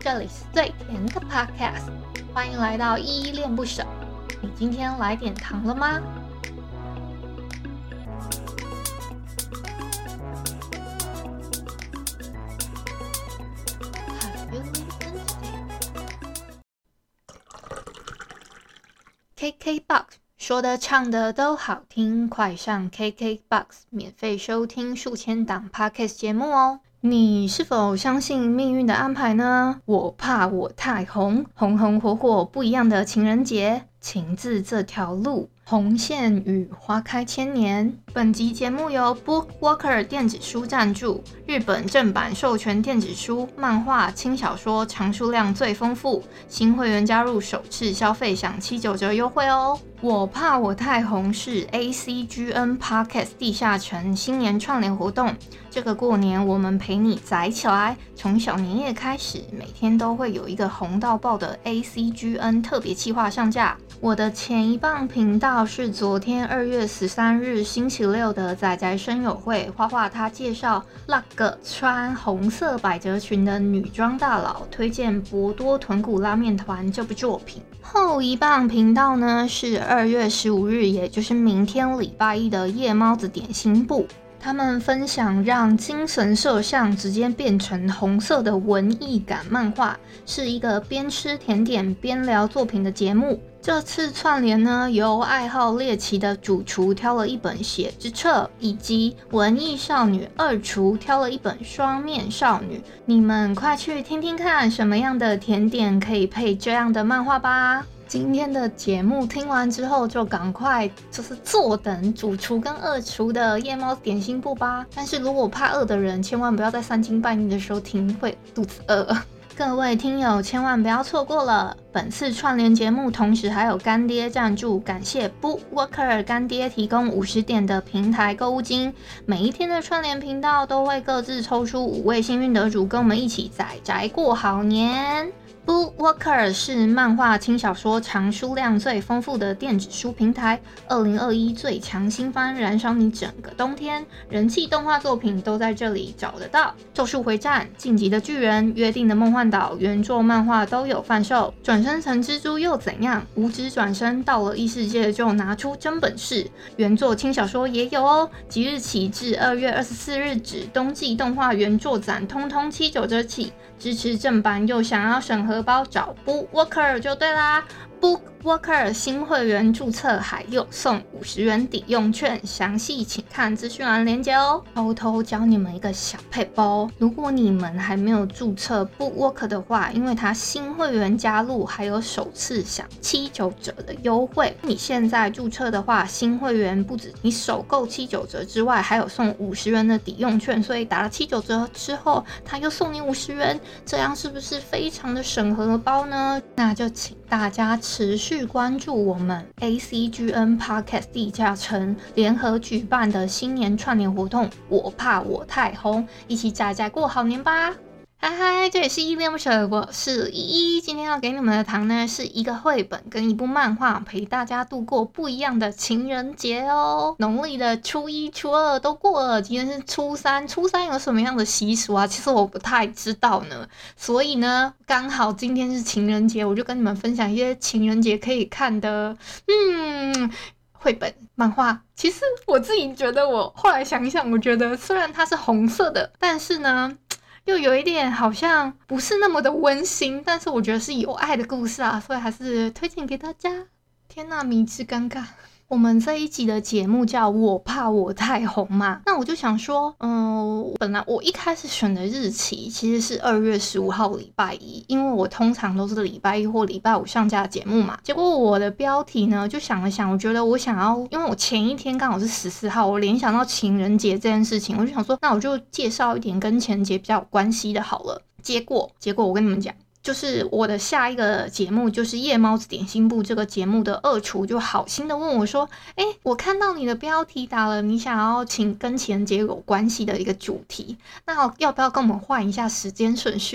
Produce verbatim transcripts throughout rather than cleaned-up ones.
这里是最甜的 Podcast， 欢迎来到依依恋不舍。你今天来点糖了吗？K K B O X 说的唱的都好听，快上 K K B O X 免费收听数千档 Podcast 节目哦。你是否相信命运的安排呢？我怕我太红，红红火火不一样的情人节，情字这条路，红线与花开千年。本集节目由 BookWalker 电子书赞助，日本正版授权电子书、漫画、轻小说藏书量最丰富，新会员加入首次消费享七九折优惠哦。我怕我太红是 A C G N Podcast 地下城新年串联活动，这个过年我们陪你宅起来，从小年夜开始，每天都会有一个红到爆的 A C G N 特别企划上架。我的前一棒频道是昨天二月十三日星期六的仔仔声友会，花花他介绍那个穿红色百褶裙的女装大佬，推荐博多豚骨拉面团这部作品。后一棒频道呢是二月十五日，也就是明天礼拜一的夜猫子点心部，他们分享让精神摄像直接变成红色的文艺感漫画，是一个边吃甜点边聊作品的节目。这次串联呢，由爱好猎奇的主厨挑了一本血之册，以及文艺少女二厨挑了一本双面少女。你们快去听听看，什么样的甜点可以配这样的漫画吧。今天的节目听完之后，就赶快就是坐等主厨跟二厨的夜猫点心部吧。但是如果怕饿的人，千万不要在三更半夜的时候听，会肚子饿。各位听友千万不要错过了，本次串联节目同时还有干爹赞助，感谢 BookWalker 干爹提供五十点的平台购物金。每一天的串联频道都会各自抽出五位幸运得主，跟我们一起宅宅过好年。BookWalker 是漫画轻小说藏书量最丰富的电子书平台，二零二一最强新番燃烧你整个冬天，人气动画作品都在这里找得到。咒术回战、晋级的巨人、约定的梦幻岛原作漫画都有贩售。转生成蜘蛛又怎样？无职转生到了异世界就拿出真本事。原作轻小说也有哦，即日起至二月二十四日止，冬季动画原作展通通七九折起。支持正版又想要省荷包，找 BookWalker 就对啦。BookWalker 新会员注册还有送五十元抵用券，详细请看资讯栏连结哦。偷偷教你们一个小撇步，如果你们还没有注册 BookWalker 的话，因为它新会员加入还有首次享七九折的优惠。你现在注册的话，新会员不止你首购七九折之外，还有送五十元的抵用券，所以打了七九折之后，它又送你五十元，这样是不是非常的省荷包呢？那就请大家持续关注我们 A C G N Podcast 地下城联合举办的新年串联活动，我怕我太红，一起宅宅过好年吧。嗨嗨，这里是依恋不舍，我是依依。今天要给你们的糖呢，是一个绘本跟一部漫画，陪大家度过不一样的情人节哦。农历的初一、初二都过了，今天是初三。初三有什么样的习俗啊？其实我不太知道呢。所以呢，刚好今天是情人节，我就跟你们分享一些情人节可以看的，嗯。绘本漫画，其实我自己觉得，我后来想一想，我觉得虽然它是红色的，但是呢又有一点好像不是那么的温馨，但是我觉得是有爱的故事啊，所以还是推荐给大家。天哪，迷之尴尬。我们这一集的节目叫我怕我太红嘛，那我就想说，嗯，本来我一开始选的日期其实是二月十五号礼拜一，因为我通常都是礼拜一或礼拜五上架节目嘛。结果我的标题呢，就想了想，我觉得我想要，因为我前一天刚好是十四号，我联想到情人节这件事情，我就想说，那我就介绍一点跟情人节比较有关系的好了。结果，结果我跟你们讲。就是我的下一个节目就是夜猫子点心部这个节目的二厨就好心的问我说，诶，我看到你的标题打了你想要请跟情人节有关系的一个主题，那要不要跟我们换一下时间顺序啊？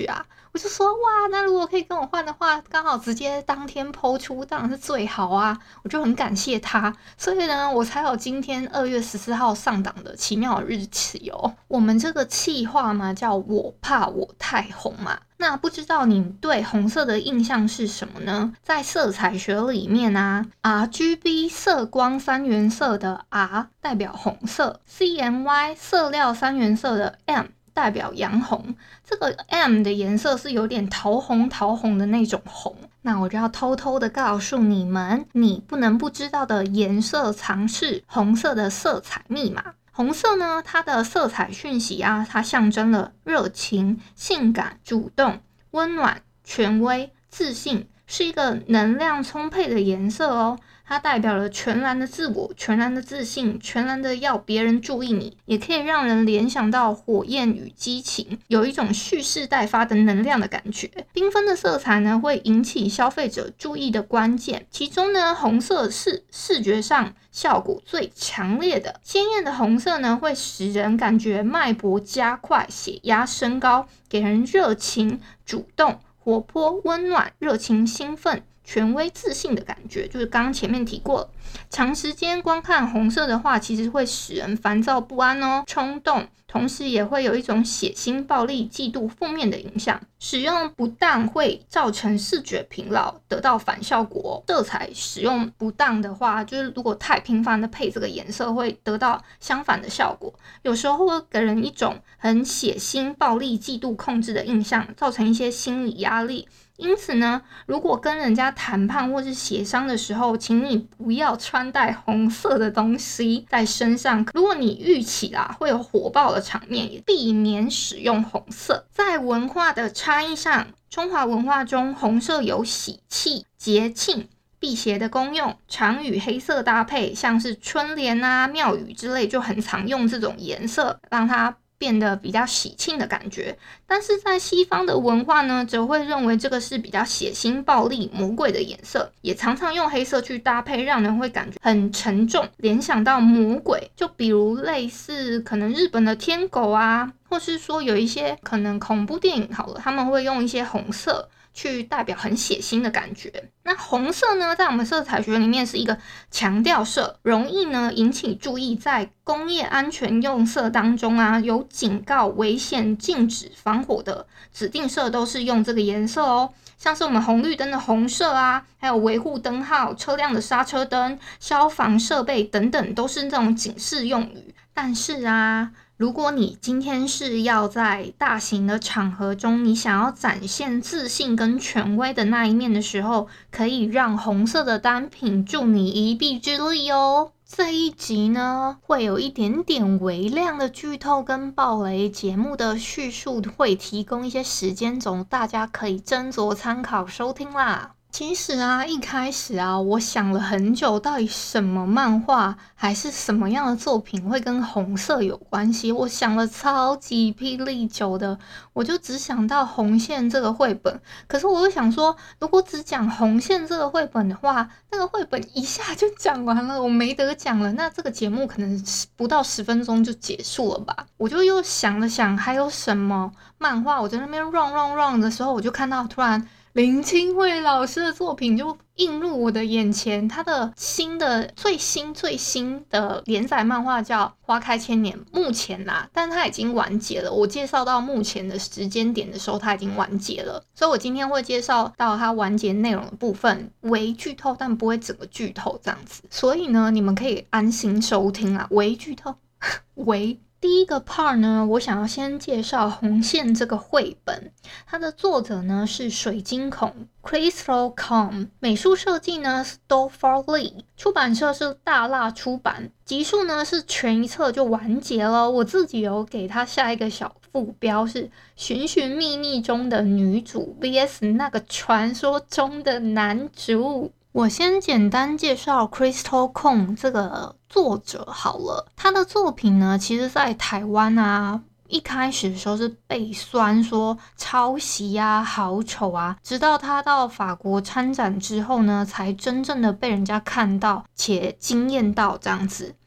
我就说哇，那如果可以跟我换的话，刚好直接当天po出当然是最好啊，我就很感谢他，所以呢我才有今天二月十四号上档的奇妙的日期哦。我们这个企划嘛叫我怕我太红嘛，那不知道你对红色的印象是什么呢？在色彩学里面啊 R G B 色光三原色的 R 代表红色， C M Y 色料三原色的 M 代表洋红，这个 M 的颜色是有点桃红桃红的那种红。那我就要偷偷的告诉你们，你不能不知道的颜色常识，红色的色彩密码。红色呢，它的色彩讯息啊，它象征了热情、性感、主动、温暖、权威、自信，是一个能量充沛的颜色哦。它代表了全然的自我、全然的自信、全然的要别人注意你，也可以让人联想到火焰与激情，有一种蓄势待发的能量的感觉。缤纷的色彩呢，会引起消费者注意的关键，其中呢，红色是视觉上效果最强烈的。鲜艳的红色呢，会使人感觉脉搏加快，血压升高，给人热情、主动、活泼、温暖、热情、兴奋、权威自信的感觉，就是刚刚前面提过了。长时间观看红色的话，其实会使人烦躁不安哦，冲动，同时也会有一种血腥、暴力、嫉妒、负面的影响。使用不当会造成视觉疲劳，得到反效果哦。色彩使用不当的话，就是如果太频繁的配这个颜色，会得到相反的效果。有时候会给人一种很血腥、暴力、嫉妒、控制的印象，造成一些心理压力。因此呢，如果跟人家谈判或是协商的时候，请你不要穿戴红色的东西在身上。如果你预期啦会有火爆的场面，也避免使用红色。在文化的差异上，中华文化中红色有喜气、节庆、辟邪的功用，常与黑色搭配，像是春联啊、庙宇之类就很常用这种颜色，让它变得比较喜庆的感觉。但是在西方的文化呢，则会认为这个是比较血腥、暴力、魔鬼的颜色，也常常用黑色去搭配，让人会感觉很沉重，联想到魔鬼。就比如类似可能日本的天狗啊，或是说有一些可能恐怖电影好了，他们会用一些红色去代表很血腥的感觉。那红色呢，在我们色彩学里面是一个强调色，容易呢引起注意。在工业安全用色当中啊，有警告、危险、禁止、防火的指定色都是用这个颜色哦。像是我们红绿灯的红色啊，还有维护灯号、车辆的刹车灯、消防设备等等，都是这种警示用语。但是啊，如果你今天是要在大型的场合中，你想要展现自信跟权威的那一面的时候，可以让红色的单品助你一臂之力哦。这一集呢，会有一点点微量的剧透跟爆雷，节目的叙述会提供一些时间轴，大家可以斟酌参考收听啦。其实啊，一开始啊，我想了很久，到底什么漫画还是什么样的作品会跟红色有关系？我想了超级霹雳久的，我就只想到红线这个绘本。可是我又想说，如果只讲红线这个绘本的话，那个绘本一下就讲完了，我没得讲了，那这个节目可能不到十分钟就结束了吧？我就又想了想，还有什么漫画？我在那边 run run run 的时候，我就看到突然林清慧老师的作品就映入我的眼前，他的新的最新最新的连载漫画叫《花开千年》，目前啦，但它已经完结了。我介绍到目前的时间点的时候，它已经完结了，所以我今天会介绍到它完结内容的部分，微剧透，但不会整个剧透这样子。所以呢，你们可以安心收听啦，微剧透，微。第一个 part 呢，我想要先介绍红线这个绘本，它的作者呢是水晶孔 Crystal Com， 美术设计呢是 Dofar Lee， 出版社是大辣出版，集数呢是全一册就完结了。我自己有给它下一个小副标是寻寻觅觅中的女主 V S 那个传说中的男主。我先简单介绍 Crystal Com 这个作者好了，他的作品呢，其实在台湾啊，一开始的时候是被酸说抄袭啊、好丑啊，直到他到法国参展之后呢，才真正的被人家看到且惊艳到这样子。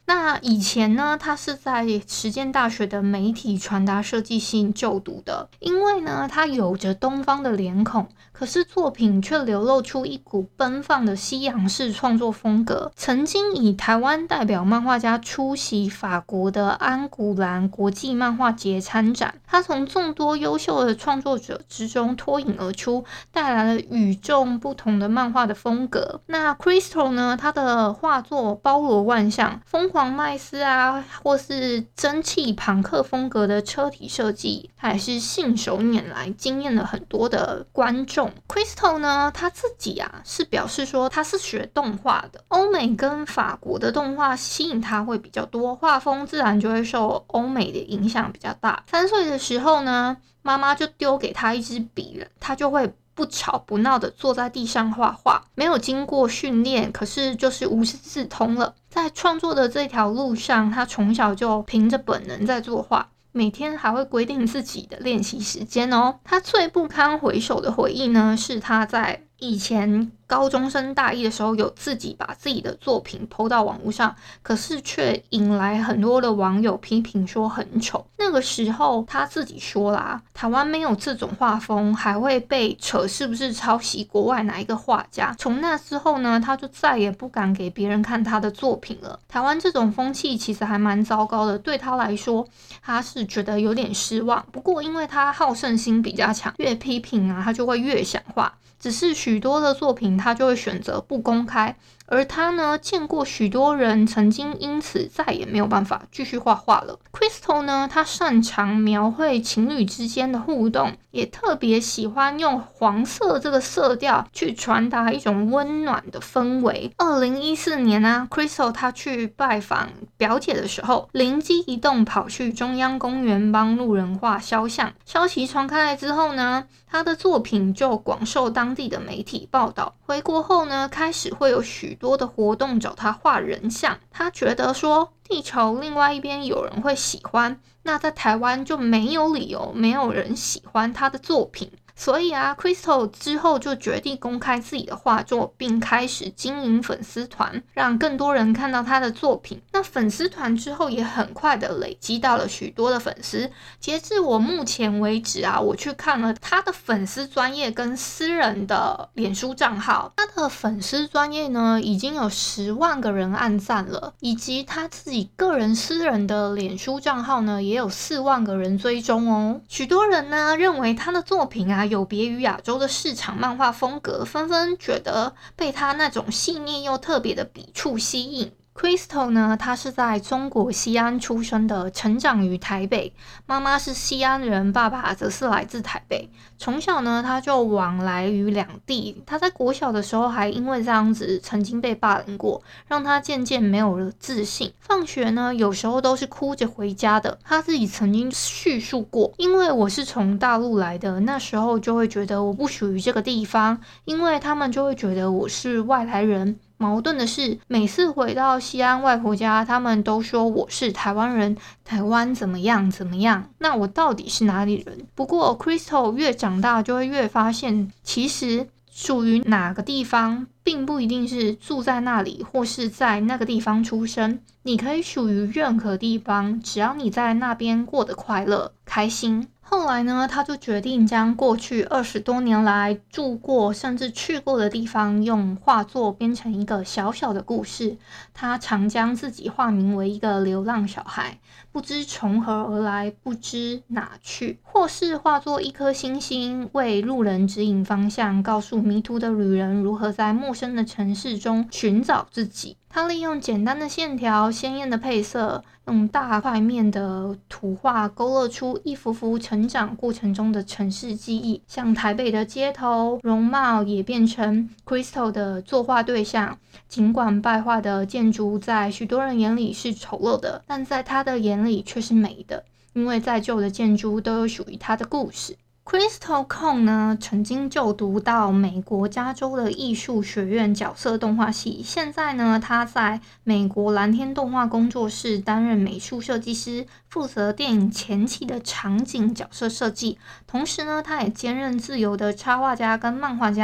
那以前呢，他是在实践大学的媒体传达设计系就读的。因为呢，他有着东方的脸孔，可是作品却流露出一股奔放的西洋式创作风格。曾经以台湾代表漫画家出席法国的安古兰国际漫画节参展，他从众多优秀的创作者之中脱颖而出，带来了与众不同的漫画的风格。那 Crystal 呢，他的画作包罗万象，疯狂麦斯啊，或是蒸汽朋克风格的车体设计，他也是信手拈来，惊艳了很多的观众。Crystal 呢，他自己啊是表示说他是学动画的，欧美跟法国的动画吸引他会比较多，画风自然就会受欧美的影响比较大。三岁的时候呢，妈妈就丢给他一支笔了，他就会不吵不闹的坐在地上画画，没有经过训练，可是就是无师自通了。在创作的这条路上，他从小就凭着本能在作画，每天还会规定自己的练习时间哦。他最不堪回首的回忆呢，是他在以前高中生大一的时候，有自己把自己的作品 po 到网络上，可是却引来很多的网友批评说很丑。那个时候他自己说啦，台湾没有这种画风，还会被扯是不是抄袭国外哪一个画家。从那之后呢，他就再也不敢给别人看他的作品了。台湾这种风气其实还蛮糟糕的，对他来说他是觉得有点失望。不过因为他好胜心比较强，越批评啊他就会越想画，只是许多的作品他就会选择不公开。而他呢，见过许多人曾经因此再也没有办法继续画画了。Crystal 呢，他擅长描绘情侣之间的互动，也特别喜欢用黄色这个色调去传达一种温暖的氛围。二零一四年啊 Crystal 他去拜访表姐的时候，灵机一动跑去中央公园帮路人画肖像。消息传开来之后呢，他的作品就广受当地的媒体报道。回国后呢，开始会有许多的活动找他画人像。他觉得说，地球另外一边有人会喜欢，那在台湾就没有理由没有人喜欢他的作品。所以啊 Crystal 之后就决定公开自己的画作，并开始经营粉丝团，让更多人看到他的作品。那粉丝团之后也很快的累积到了许多的粉丝。截至我目前为止啊，我去看了他的粉丝专页跟私人的脸书账号，他的粉丝专页呢已经有十万个人按赞了，以及他自己个人私人的脸书账号呢也有四万个人追踪哦。许多人呢认为他的作品啊有别于亚洲的市场漫画风格，纷纷觉得被他那种细腻又特别的笔触吸引。Crystal 呢，他是在中国西安出生的，成长于台北，妈妈是西安人，爸爸则是来自台北。从小呢，他就往来于两地。他在国小的时候还因为这样子曾经被霸凌过，让他渐渐没有了自信。放学呢，有时候都是哭着回家的。他自己曾经叙述过，因为我是从大陆来的，那时候就会觉得我不属于这个地方，因为他们就会觉得我是外来人。矛盾的是，每次回到西安外婆家，他们都说我是台湾人，台湾怎么样怎么样，那我到底是哪里人？不过 Crystal 越长大就会越发现，其实属于哪个地方并不一定是住在那里或是在那个地方出生，你可以属于任何地方，只要你在那边过得快乐开心。后来呢，他就决定将过去二十多年来住过甚至去过的地方用画作编成一个小小的故事。他常将自己化名为一个流浪小孩，不知从何而来，不知哪去，或是化作一颗星星，为路人指引方向，告诉迷途的旅人如何在陌生的城市中寻找自己。他利用简单的线条、鲜艳的配色，用大块面的图画勾勒出一幅幅成长过程中的城市记忆，像台北的街头容貌也变成 Crystal 的作画对象。尽管败坏的建筑在许多人眼里是丑陋的，但在他的眼里却是美的，因为再旧的建筑都有属于他的故事。Crystal Kong 呢，曾经就读到美国加州的艺术学院角色动画系，现在呢，他在美国蓝天动画工作室担任美术设计师，负责电影前期的场景角色设计。同时呢，他也兼任自由的插画家跟漫画家。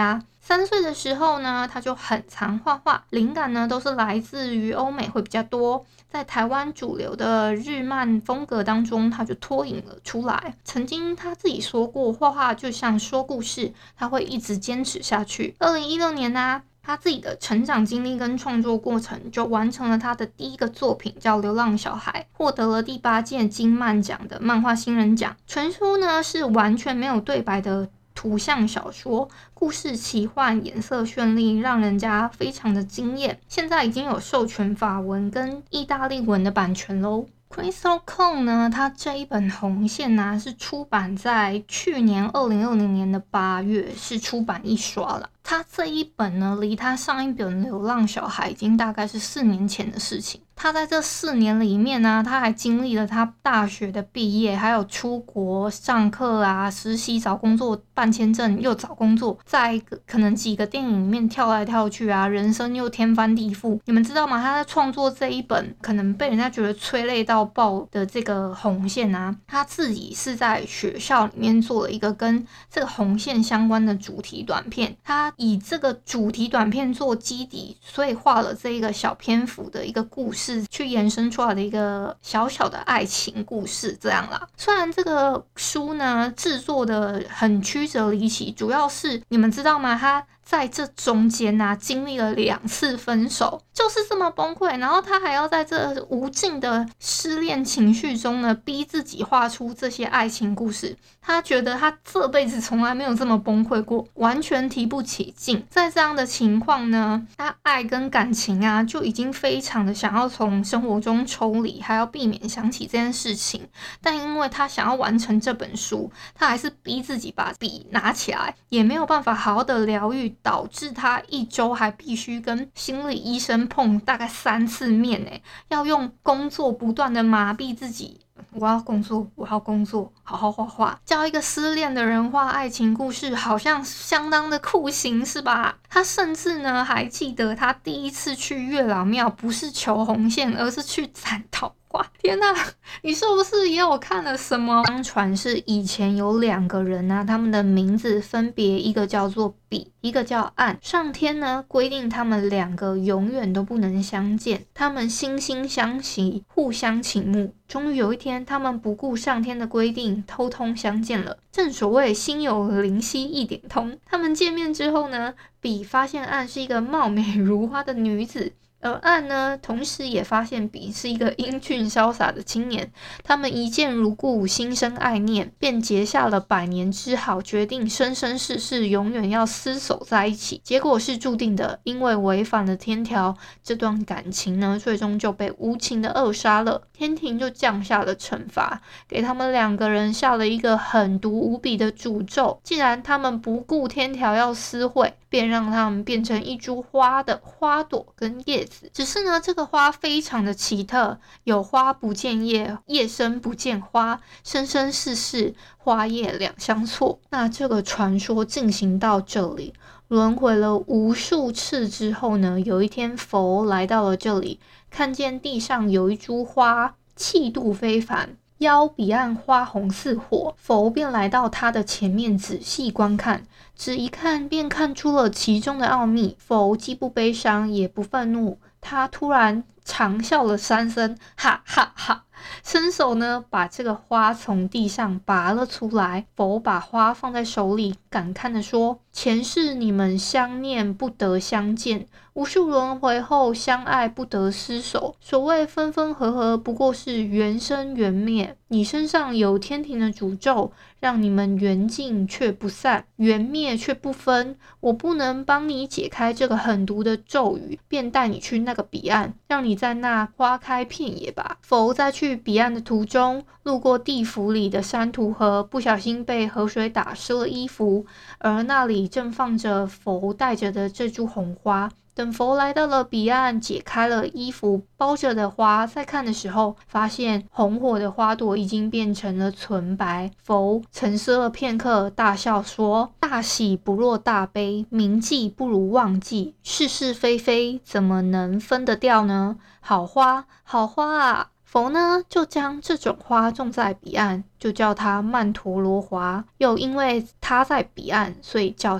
三岁的时候呢，他就很常画画，灵感呢都是来自于欧美会比较多，在台湾主流的日漫风格当中，他就脱颖而出来。曾经他自己说过，画画就像说故事，他会一直坚持下去。二零一六年呢、啊他自己的成长经历跟创作过程，就完成了他的第一个作品，叫《流浪小孩》，获得了第八届金漫奖的漫画新人奖。全书呢是完全没有对白的图像小说，故事奇幻，颜色绚丽，让人家非常的惊艳。现在已经有授权法文跟意大利文的版权咯。Crystal Cone 呢，它这一本红线呢、啊、是出版在去年二零二零年的八月，是出版一刷了。它这一本呢，离它上一本《流浪小孩》已经大概是四年前的事情。他在这四年里面呢、啊，他还经历了他大学的毕业，还有出国上课啊、实习、找工作、办签证又找工作，在可能几个电影里面跳来跳去啊，人生又天翻地覆。你们知道吗？他在创作这一本可能被人家觉得催泪到爆的这个红线啊，他自己是在学校里面做了一个跟这个红线相关的主题短片，他以这个主题短片做基底，所以画了这一个小篇幅的一个故事。去延伸出来的一个小小的爱情故事这样啦。虽然这个书呢制作的很曲折离奇，主要是你们知道吗？他在这中间啊经历了两次分手，就是这么崩溃，然后他还要在这无尽的失恋情绪中呢逼自己画出这些爱情故事。他觉得他这辈子从来没有这么崩溃过，完全提不起劲。在这样的情况呢，他爱跟感情啊就已经非常的想要从生活中抽离，还要避免想起这件事情。但因为他想要完成这本书，他还是逼自己把笔拿起来，也没有办法好好的疗愈，导致他一周还必须跟心理医生碰大概三次面耶，要用工作不断的麻痹自己。我要工作，我要工作，好好画画。教一个失恋的人画爱情故事，好像相当的酷刑，是吧？他甚至呢还记得他第一次去月老庙，不是求红线，而是去斩桃花。天哪，你是不是也有看了什么？相传是以前有两个人啊，他们的名字分别一个叫做比，一个叫暗。上天呢规定他们两个永远都不能相见，他们惺惺相惜，互相倾慕。终于有一天，他们不顾上天的规定，偷偷相见了。正所谓心有灵犀一点通。他们见面之后呢，比发现暗是一个貌美如花的女子，而暗呢，同时也发现比是一个英俊潇洒的青年。他们一见如故，心生爱念，便结下了百年之好，决定生生世世永远要厮守在一起。结果是注定的，因为违反了天条，这段感情呢，最终就被无情的扼杀了。天庭就降下了惩罚，给他们两个人下了一个狠毒无比的诅咒。既然他们不顾天条要私会，便让他们变成一株花的花朵跟叶子。只是呢，这个花非常的奇特，有花不见叶，叶生不见花，生生世世花叶两相错。那这个传说进行到这里，轮回了无数次之后呢，有一天佛来到了这里，看见地上有一株花，气度非凡，腰彼岸花红似火，佛便来到他的前面仔细观看，只一看便看出了其中的奥秘。佛既不悲伤也不愤怒，他突然长笑了三声，哈哈哈，伸手呢把这个花从地上拔了出来。佛把花放在手里，感叹地说：前世你们相念不得相见，无数轮回后相爱不得厮守。所谓分分合合，不过是缘生缘灭。你身上有天庭的诅咒，让你们缘尽却不散，缘灭却不分。我不能帮你解开这个狠毒的咒语，便带你去那个彼岸，让你在那花开遍野吧。佛在去彼岸的途中，路过地府里的山图河，不小心被河水打湿了衣服，而那里正放着佛带着的这株红花。等佛来到了彼岸，解开了衣服包着的花，再看的时候，发现红火的花朵已经变成了纯白。佛沉思了片刻，大笑说：大喜不若大悲，铭记不如忘记，是是非非怎么能分得掉呢？好花好花啊！佛呢就将这种花种在彼岸，就叫它曼陀罗花，又因为它在彼岸，所以叫它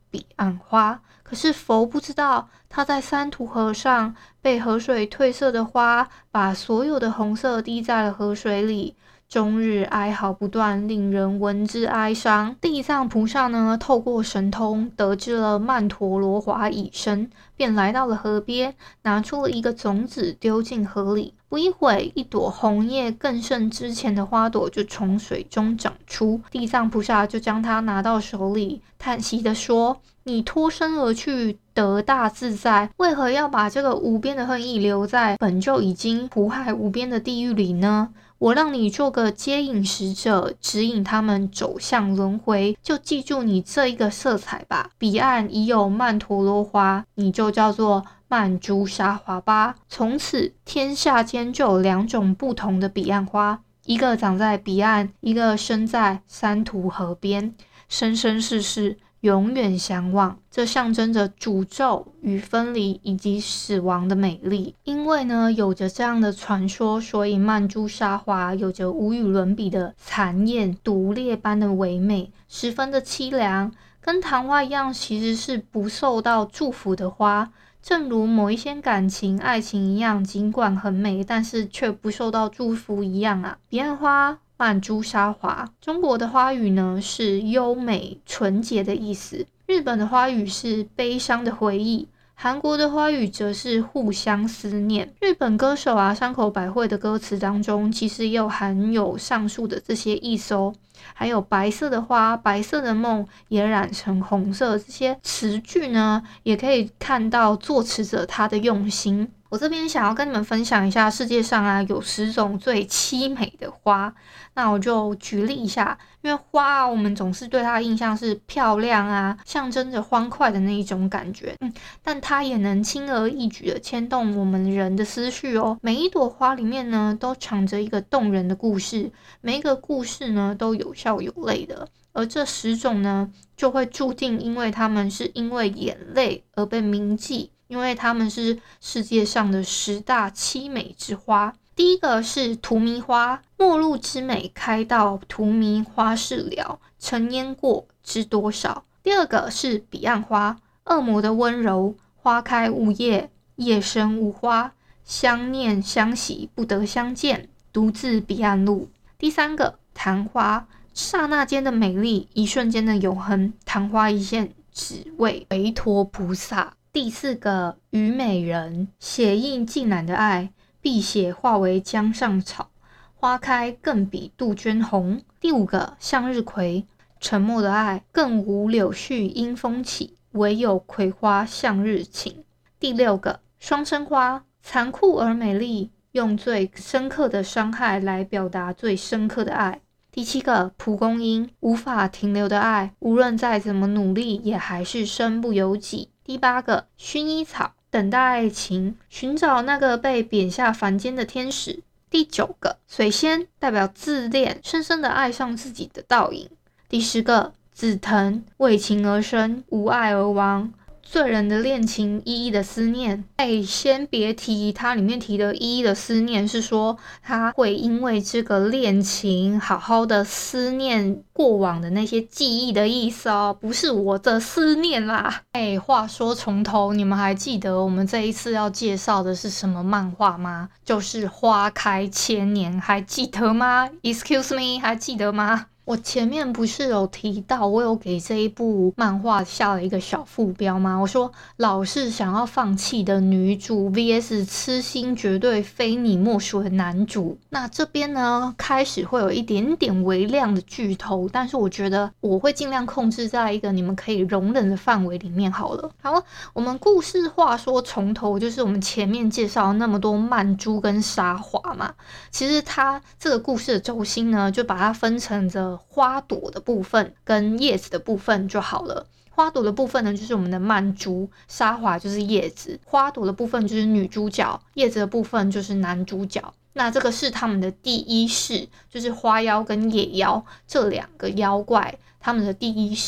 彼岸花。可是佛不知道，他在三途河上被河水褪色的花，把所有的红色滴在了河水里，终日哀嚎不断，令人闻之哀伤。地藏菩萨呢，透过神通得知了曼陀罗花已生，便来到了河边，拿出了一个种子丢进河里。不一会，一朵红叶更胜之前的花朵就从水中长出。地藏菩萨就将它拿到手里，叹息地说：你脱身而去，得大自在，为何要把这个无边的恨意留在本就已经苦海无边的地狱里呢？我让你做个接引使者，指引他们走向轮回，就记住你这一个色彩吧。彼岸已有曼陀罗花，你就叫做曼珠沙华吧。从此天下间就有两种不同的彼岸花，一个长在彼岸，一个生在三途河边，生生世世永远相望。这象征着诅咒与分离以及死亡的美丽。因为呢有着这样的传说，所以曼珠沙华有着无与伦比的残艳毒烈般的唯美，十分的凄凉。跟昙花一样，其实是不受到祝福的花。正如某一些感情爱情一样，尽管很美，但是却不受到祝福一样啊。彼岸花曼珠沙华，中国的花语呢是优美纯洁的意思，日本的花语是悲伤的回忆，韩国的花语则是互相思念。日本歌手啊山口百惠的歌词当中其实也有含有上述的这些意思哦。还有白色的花，白色的梦也染成红色，这些词句呢也可以看到作词者他的用心。我这边想要跟你们分享一下，世界上啊有十种最凄美的花，那我就举例一下。因为花啊，我们总是对它的印象是漂亮啊，象征着欢快的那一种感觉，嗯，但它也能轻而易举的牵动我们人的思绪哦。每一朵花里面呢，都藏着一个动人的故事，每一个故事呢都有笑有泪的。而这十种呢，就会注定因为它们是因为眼泪而被铭记。因为它们是世界上的十大凄美之花。第一个是荼蘼花，末路之美开到荼蘼花事了，尘烟过知多少。第二个是彼岸花，恶魔的温柔，花开无叶，叶生无花，相念相惜不得相见，独自彼岸路。第三个昙花，刹那间的美丽，一瞬间的永恒，昙花一现，只为维陀菩萨。第四个虞美人，血印浸染的爱，碧血化为江上草，花开更比杜鹃红。第五个向日葵，沉默的爱，更无柳絮因风起，唯有葵花向日倾。第六个双生花，残酷而美丽，用最深刻的伤害来表达最深刻的爱。第七个蒲公英，无法停留的爱，无论再怎么努力也还是身不由己。第八个薰衣草，等待爱情，寻找那个被贬下凡间的天使。第九个水仙，代表自恋，深深的爱上自己的倒影。第十个紫藤，为情而生，无爱而亡，醉人的恋情，依依的思念。哎，先别提它里面提的依依的思念，是说他会因为这个恋情好好的思念过往的那些记忆的意思哦，不是我的思念啦。哎，话说从头，你们还记得我们这一次要介绍的是什么漫画吗？就是花开千年，还记得吗？ Excuse me， 还记得吗？我前面不是有提到，我有给这一部漫画下了一个小副标吗？我说老是想要放弃的女主 V S 痴心绝对非你莫属的男主。那这边呢，开始会有一点点微量的剧透，但是我觉得我会尽量控制在一个你们可以容忍的范围里面好了。好，我们故事话说从头，就是我们前面介绍那么多曼珠跟沙华嘛，其实它这个故事的轴心呢，就把它分成着花朵的部分跟叶子的部分就好了。花朵的部分呢，就是我们的曼珠，沙华就是叶子，花朵的部分就是女主角，叶子的部分就是男主角。那这个是他们的第一世，就是花妖跟野妖这两个妖怪他们的第一世。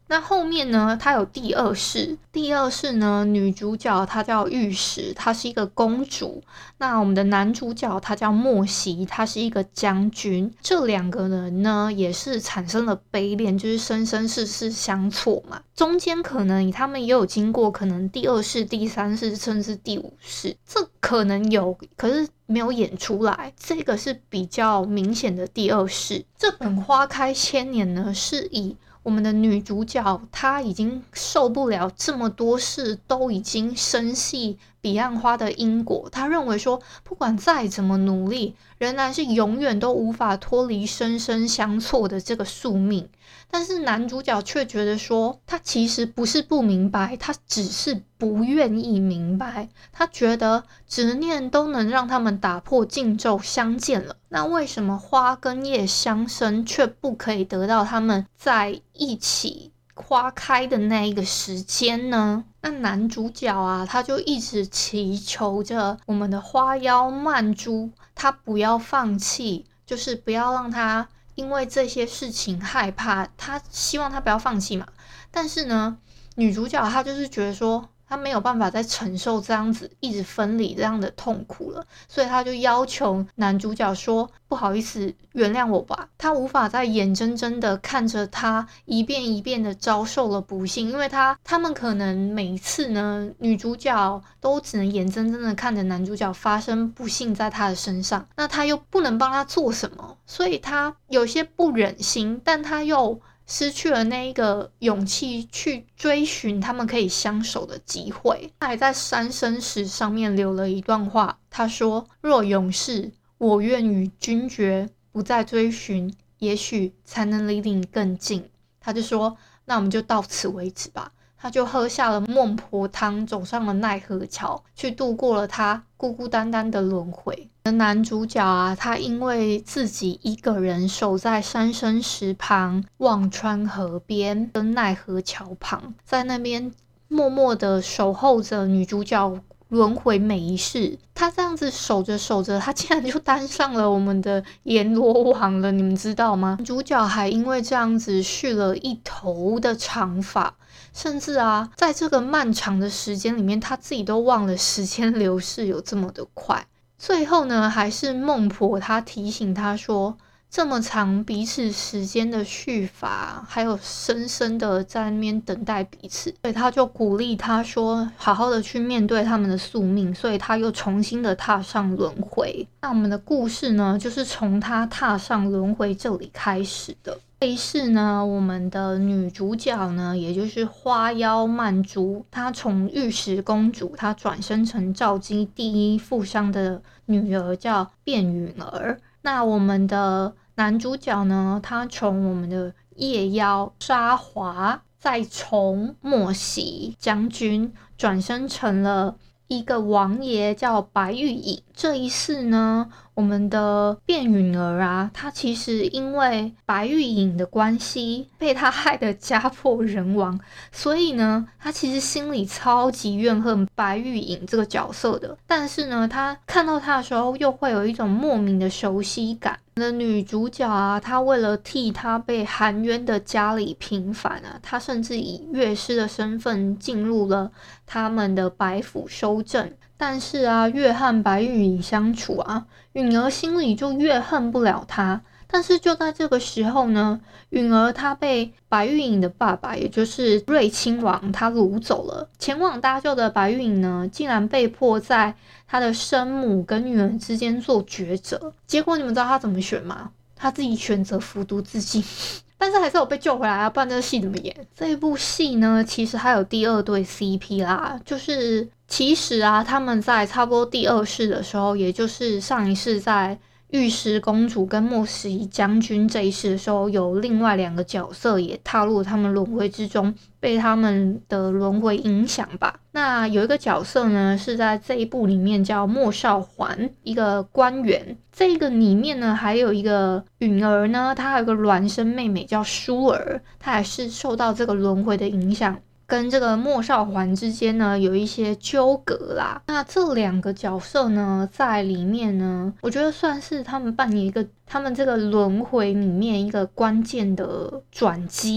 那后面呢，它有第二世，第二世呢，女主角她叫玉石，她是一个公主。那我们的男主角他叫莫西，他是一个将军。这两个人呢，也是产生了悲恋，就是生生世世相错嘛。中间可能他们也有经过可能第二世、第三世，甚至第五世，这可能有，可是没有演出来。这个是比较明显的第二世。这本《花开千年》呢，是以我们的女主角她已经受不了这么多事，都已经深系彼岸花的因果。她认为说，不管再怎么努力，仍然是永远都无法脱离生生相错的这个宿命。但是男主角却觉得说，他其实不是不明白，他只是不愿意明白。他觉得执念都能让他们打破禁咒相见了，那为什么花跟叶相生却不可以得到他们在一起花开的那一个时间呢？那男主角啊，他就一直祈求着我们的花妖曼珠，他不要放弃，就是不要让他因为这些事情害怕，他希望他不要放弃嘛。但是呢，女主角她就是觉得说，她没有办法再承受这样子一直分离这样的痛苦了，所以她就要求男主角说，不好意思，原谅我吧。她无法再眼睁睁的看着他一遍一遍的遭受了不幸，因为他他们可能每一次呢，女主角都只能眼睁睁的看着男主角发生不幸在他的身上，那他又不能帮他做什么，所以他有些不忍心，但他又失去了那一个勇气去追寻他们可以相守的机会。他还在三生石上面留了一段话，他说，若永世，我愿与君绝，不再追寻，也许才能离你更近。他就说，那我们就到此为止吧。他就喝下了孟婆汤，走上了奈何桥，去度过了他孤孤单单的轮回。男主角啊，他因为自己一个人守在三生石旁、忘川河边跟奈何桥旁，在那边默默的守候着女主角轮回每一世。他这样子守着守着，他竟然就当上了我们的阎罗王了，你们知道吗？主角还因为这样子蓄了一头的长发，甚至啊，在这个漫长的时间里面，他自己都忘了时间流逝有这么的快。最后呢，还是孟婆她提醒他说，这么长彼此时间的续法，还有深深的在那边等待彼此，所以他就鼓励他说，好好的去面对他们的宿命。所以他又重新的踏上轮回。那我们的故事呢，就是从他踏上轮回这里开始的。这一世呢，我们的女主角呢，也就是花妖曼珠，她从玉石公主，她转生成赵姬第一富商的女儿，叫卞允儿。那我们的男主角呢，他从我们的夜妖沙华，再从莫喜将军转生成了一个王爷叫白玉隐。这一世呢，我们的卞允儿啊，她其实因为白玉隐的关系被她害得家破人亡，所以呢，她其实心里超级怨恨白玉隐这个角色的。但是呢，她看到她的时候又会有一种莫名的熟悉感。的女主角啊，她为了替她被含冤的家里平反啊，她甚至以乐师的身份进入了他们的白府收证。但是啊，越和白玉隐相处啊，允儿心里就越恨不了他。但是就在这个时候呢，允儿她被白玉隐的爸爸，也就是瑞亲王，他掳走了。前往搭救的白玉隐呢，竟然被迫在他的生母跟女儿之间做抉择。结果你们知道他怎么选吗？他自己选择服毒自尽。但是还是有被救回来啊，不然这个戏怎么演？这一部戏呢，其实还有第二对 C P 啦，就是其实啊，他们在差不多第二世的时候，也就是上一世在玉石公主跟莫喜将军这一世的时候，有另外两个角色也踏入他们轮回之中，被他们的轮回影响吧。那有一个角色呢，是在这一部里面叫莫少环，一个官员。这个里面呢，还有一个允儿呢，她还有个孪生妹妹叫舒儿，她也是受到这个轮回的影响，跟这个莫少环之间呢有一些纠葛啦。那这两个角色呢，在里面呢，我觉得算是他们扮演一个他们这个轮回里面一个关键的转机。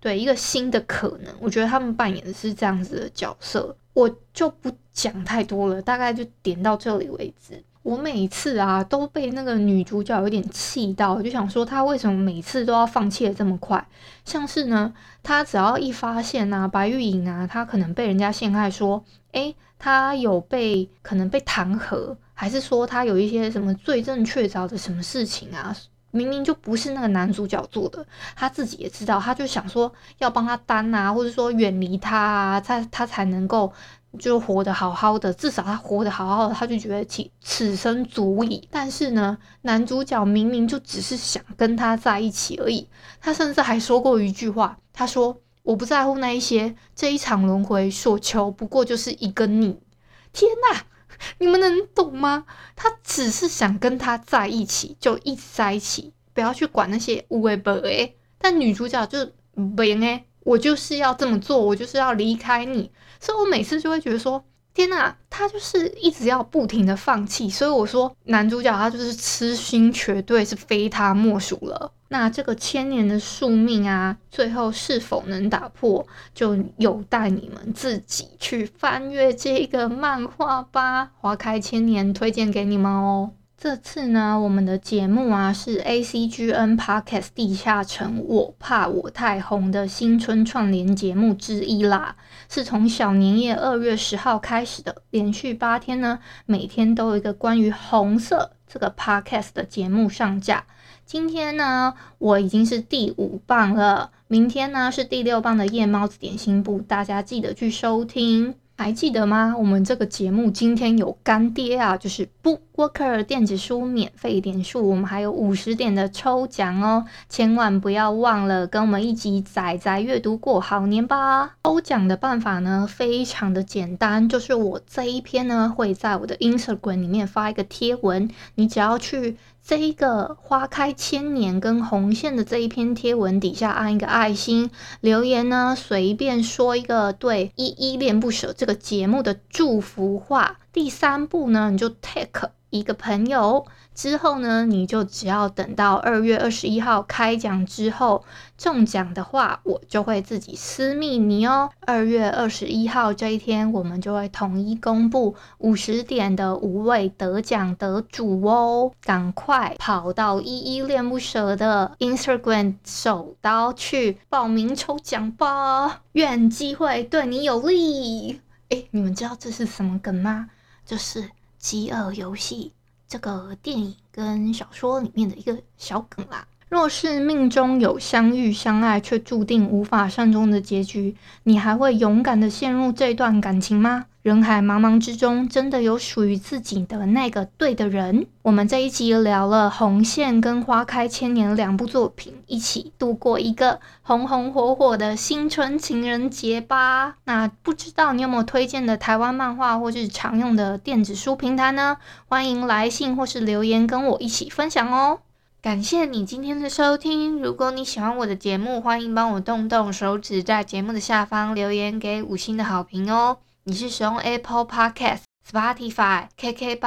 对，一个新的可能，我觉得他们扮演的是这样子的角色。我就不讲太多了，大概就点到这里为止。我每次啊都被那个女主角有点气到，我就想说她为什么每次都要放弃的这么快？像是呢，她只要一发现啊，白玉莹啊，她可能被人家陷害说，诶，她有被可能被弹劾，还是说她有一些什么罪证确凿的什么事情啊？明明就不是那个男主角做的，他自己也知道，他就想说要帮他担啊，或者说远离他啊，他他才能够就活得好好的，至少他活得好好的，他就觉得其此生足矣。但是呢，男主角明明就只是想跟他在一起而已，他甚至还说过一句话，他说我不在乎那一些，这一场轮回所求不过就是一个你。天哪！你们能懂吗？他只是想跟他在一起，就一直在一起，不要去管那些有的没的。但女主角就不行欸，我就是要这么做，我就是要离开你。所以我每次就会觉得说，天哪，他就是一直要不停的放弃。所以我说，男主角他就是痴心绝对，是非他莫属了。那这个千年的宿命啊，最后是否能打破，就有待你们自己去翻阅这个漫画吧。花开千年推荐给你们哦。这次呢，我们的节目啊是 A C G N Podcast 地下城我怕我太红的新春串联节目之一啦，是从小年夜二月十号开始的，连续八天呢，每天都有一个关于红色这个 Podcast 的节目上架。今天呢，我已经是第五棒了，明天呢是第六棒的夜猫子点心部，大家记得去收听。还记得吗？我们这个节目今天有干爹啊，就是 BookWalker 电子书免费点数，我们还有五十点的抽奖哦，千万不要忘了跟我们一起宅宅阅读过好年吧。抽奖的办法呢，非常的简单，就是我这一篇呢会在我的 Instagram 里面发一个贴文，你只要去这一个花开千年跟红线的这一篇贴文底下按一个爱心，留言呢随便说一个对依依恋不舍这个节目的祝福话。第三步呢，你就 take 一个朋友，之后呢，你就只要等到二月二十一号开奖之后中奖的话，我就会自己私密你哦。二月二十一号这一天，我们就会统一公布五十点的五位得奖得主哦，赶快跑到依依恋不舍的 Instagram 手刀去报名抽奖吧，愿机会对你有利。诶，你们知道这是什么梗吗？就是饥饿游戏这个电影跟小说里面的一个小梗啦。若是命中有相遇相爱却注定无法善终的结局，你还会勇敢的陷入这段感情吗？人海茫茫之中，真的有属于自己的那个对的人？我们这一集聊了红线跟花开千年两部作品，一起度过一个红红火火的新春情人节吧。那不知道你有没有推荐的台湾漫画或是常用的电子书平台呢？欢迎来信或是留言跟我一起分享哦。感谢你今天的收听，如果你喜欢我的节目，欢迎帮我动动手指，在节目的下方留言给五星的好评哦。你是使用 Apple Podcast、Spotify、K K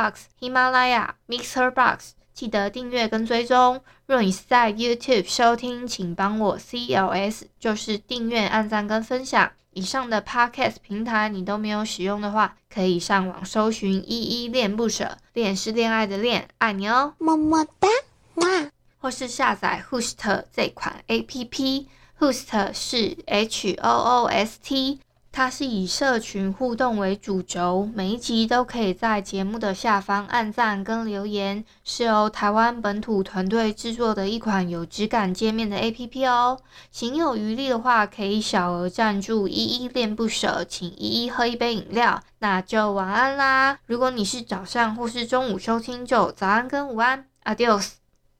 Box、喜马拉雅、Mixer Box， 记得订阅跟追踪。若你是在 YouTube 收听，请帮我 C L S， 就是订阅、按赞跟分享。以上的 Podcast 平台你都没有使用的话，可以上网搜寻依依恋不舍，恋是恋爱的恋，爱你哦，么么哒。或是下载 Host 这款 A P P，Host 是 H O O S T， 它是以社群互动为主轴，每一集都可以在节目的下方按赞跟留言，是由台湾本土团队制作的一款有质感界面的 A P P 哦。行有余力的话，可以小额赞助依依恋不舍，请依依喝一杯饮料，那就晚安啦。如果你是早上或是中午收听，就早安跟午安 ，Adios。